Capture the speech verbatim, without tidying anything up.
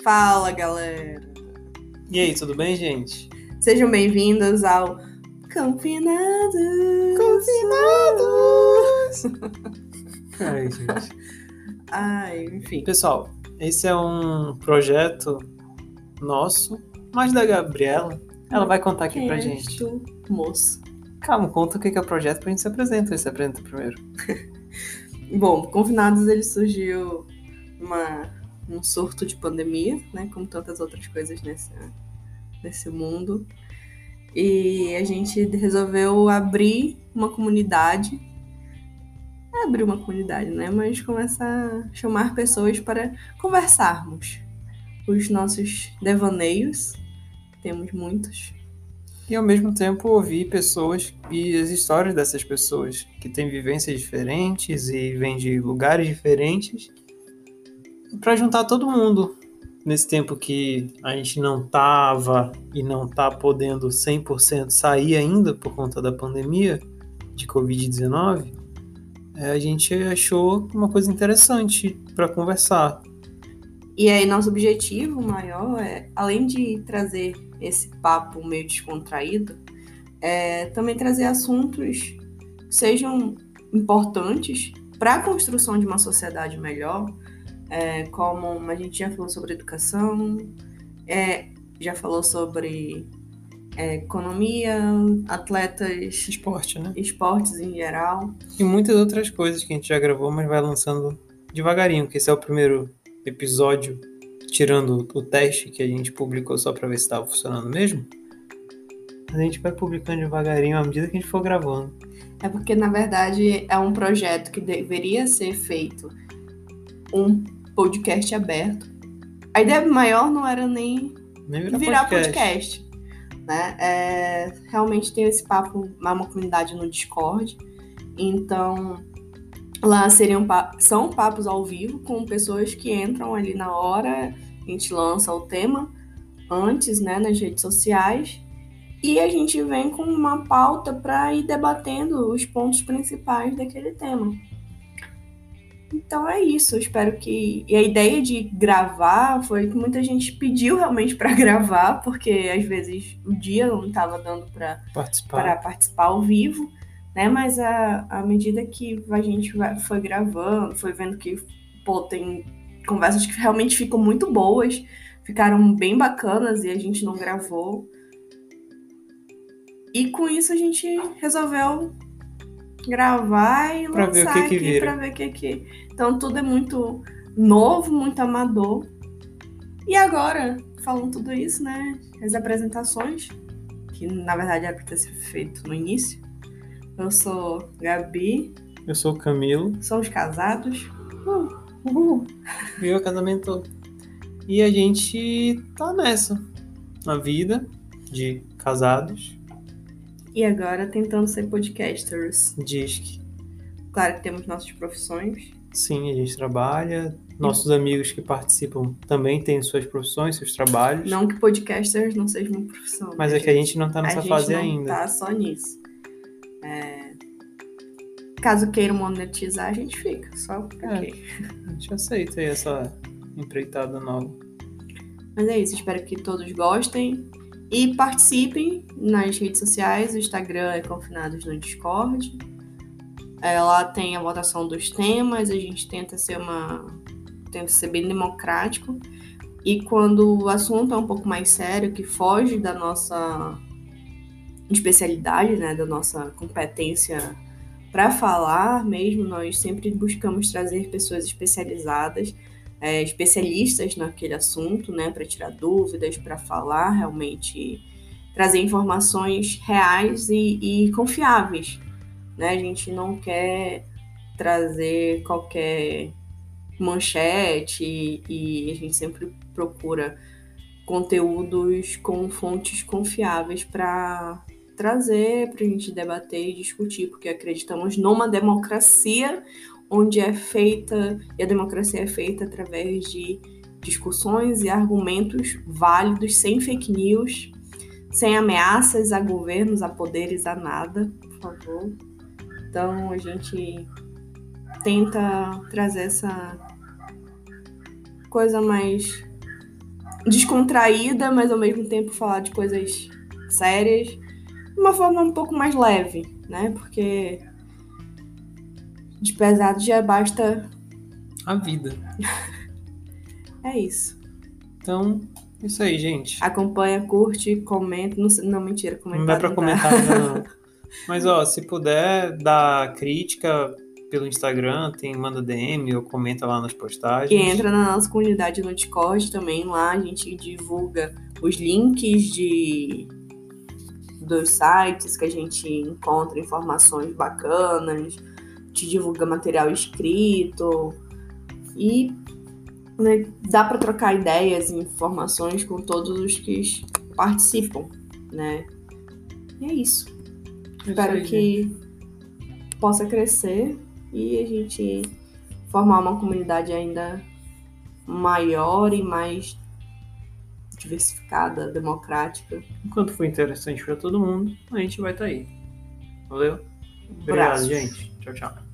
Fala, galera! E aí, tudo bem, gente? Sejam bem-vindos ao Confinados! Confinados! Ai, gente. Ai, enfim. Pessoal, esse é um projeto nosso, mas da Gabriela. Ela vai contar aqui Quem pra és gente. tu, moço? Calma, conta o que é o projeto pra gente se apresentar. Ele se apresenta primeiro. Bom, Confinados ele surgiu numa, num surto de pandemia, né? Como tantas outras coisas nesse, nesse mundo. E a gente resolveu abrir uma comunidade. É abrir uma comunidade, né? Mas começar a chamar pessoas para conversarmos. Os nossos devaneios, temos muitos. E ao mesmo tempo ouvir pessoas e as histórias dessas pessoas que têm vivências diferentes e vêm de lugares diferentes, para juntar todo mundo nesse tempo que a gente não tava e não tá podendo cem por cento sair ainda por conta da pandemia de covid dezenove. A gente achou uma coisa interessante para conversar. E aí nosso objetivo maior é, além de trazer esse papo meio descontraído, é também trazer assuntos que sejam importantes para a construção de uma sociedade melhor, é, como a gente já falou sobre educação, é, já falou sobre é, economia, atletas, Esporte, né? esportes em geral. E muitas outras coisas que a gente já gravou, mas vai lançando devagarinho, porque esse é o primeiro episódio, tirando o teste que a gente publicou só para ver se estava funcionando mesmo. A gente vai publicando devagarinho à medida que a gente for gravando. É porque, na verdade, é um projeto que deveria ser feito um podcast aberto. A ideia maior não era nem, nem virar, virar podcast. podcast, né? É, realmente tem esse papo, uma comunidade no Discord. Então, lá seriam, são papos ao vivo com pessoas que entram ali na hora. A gente lança o tema antes, né, nas redes sociais. E a gente vem com uma pauta para ir debatendo os pontos principais daquele tema. Então é isso, eu espero que... E a ideia de gravar foi que muita gente pediu realmente para gravar, porque às vezes o dia não estava dando para participar. participar ao vivo, né? Mas à, à medida que a gente foi gravando, foi vendo que, pô, tem conversas que realmente ficam muito boas, ficaram bem bacanas e a gente não gravou. E com isso a gente resolveu gravar e pra lançar ver o que que aqui vira. pra ver o que que... Então tudo é muito novo, muito amador. E agora, falando tudo isso, né? As apresentações, que na verdade era pra ter sido feito no início. Eu sou Gabi. Eu sou o Camilo. Somos casados. Uh, uhul. Viu o casamento. E a gente tá nessa. Na vida de casados. E agora tentando ser podcasters. Diz que. Claro que temos nossas profissões. Sim, a gente trabalha. Nossos amigos que participam também têm suas profissões, seus trabalhos. Não que podcasters não sejam uma profissão. Mas né, é que a gente não tá nessa a fase gente não ainda. Tá só nisso. É... Caso queiram monetizar, a gente fica. Só por aqui. É, a gente aceita aí essa empreitada nova. Mas é isso, espero que todos gostem. E participem nas redes sociais. O Instagram é Confinados no Discord. É, lá tem a votação dos temas. A gente tenta ser uma... Tenta ser bem democrático. E quando o assunto é um pouco mais sério, que foge da nossa especialidade, né, da nossa competência para falar mesmo, nós sempre buscamos trazer pessoas especializadas, é, especialistas naquele assunto, né, para tirar dúvidas, para falar realmente, trazer informações reais e, e confiáveis, né? A gente não quer trazer qualquer manchete e, e a gente sempre procura conteúdos com fontes confiáveis para trazer, para a gente debater e discutir, porque acreditamos numa democracia onde é feita, e a democracia é feita através de discussões e argumentos válidos, sem fake news, sem ameaças a governos, a poderes, a nada, por favor. Então a gente tenta trazer essa coisa mais descontraída, mas ao mesmo tempo falar de coisas sérias, de uma forma um pouco mais leve, né? Porque de pesado já basta a vida. É isso. Então, é isso aí, gente. Acompanha, curte, comenta. Não, não mentira, comentar. Não dá pra não comentar dá. ainda não. Mas, ó, se puder dar crítica pelo Instagram, tem, manda D M ou comenta lá nas postagens. E entra na nossa comunidade no Discord também. Lá a gente divulga os links de dos sites que a gente encontra informações bacanas, te divulga material escrito e, né, dá para trocar ideias e informações com todos os que participam, né? E é isso. É Espero isso aí, que gente. possa crescer e a gente formar uma comunidade ainda maior e mais diversificada, democrática. Enquanto for interessante para todo mundo, a gente vai estar aí. Valeu? Obrigado, Braços. gente. Tchau, tchau.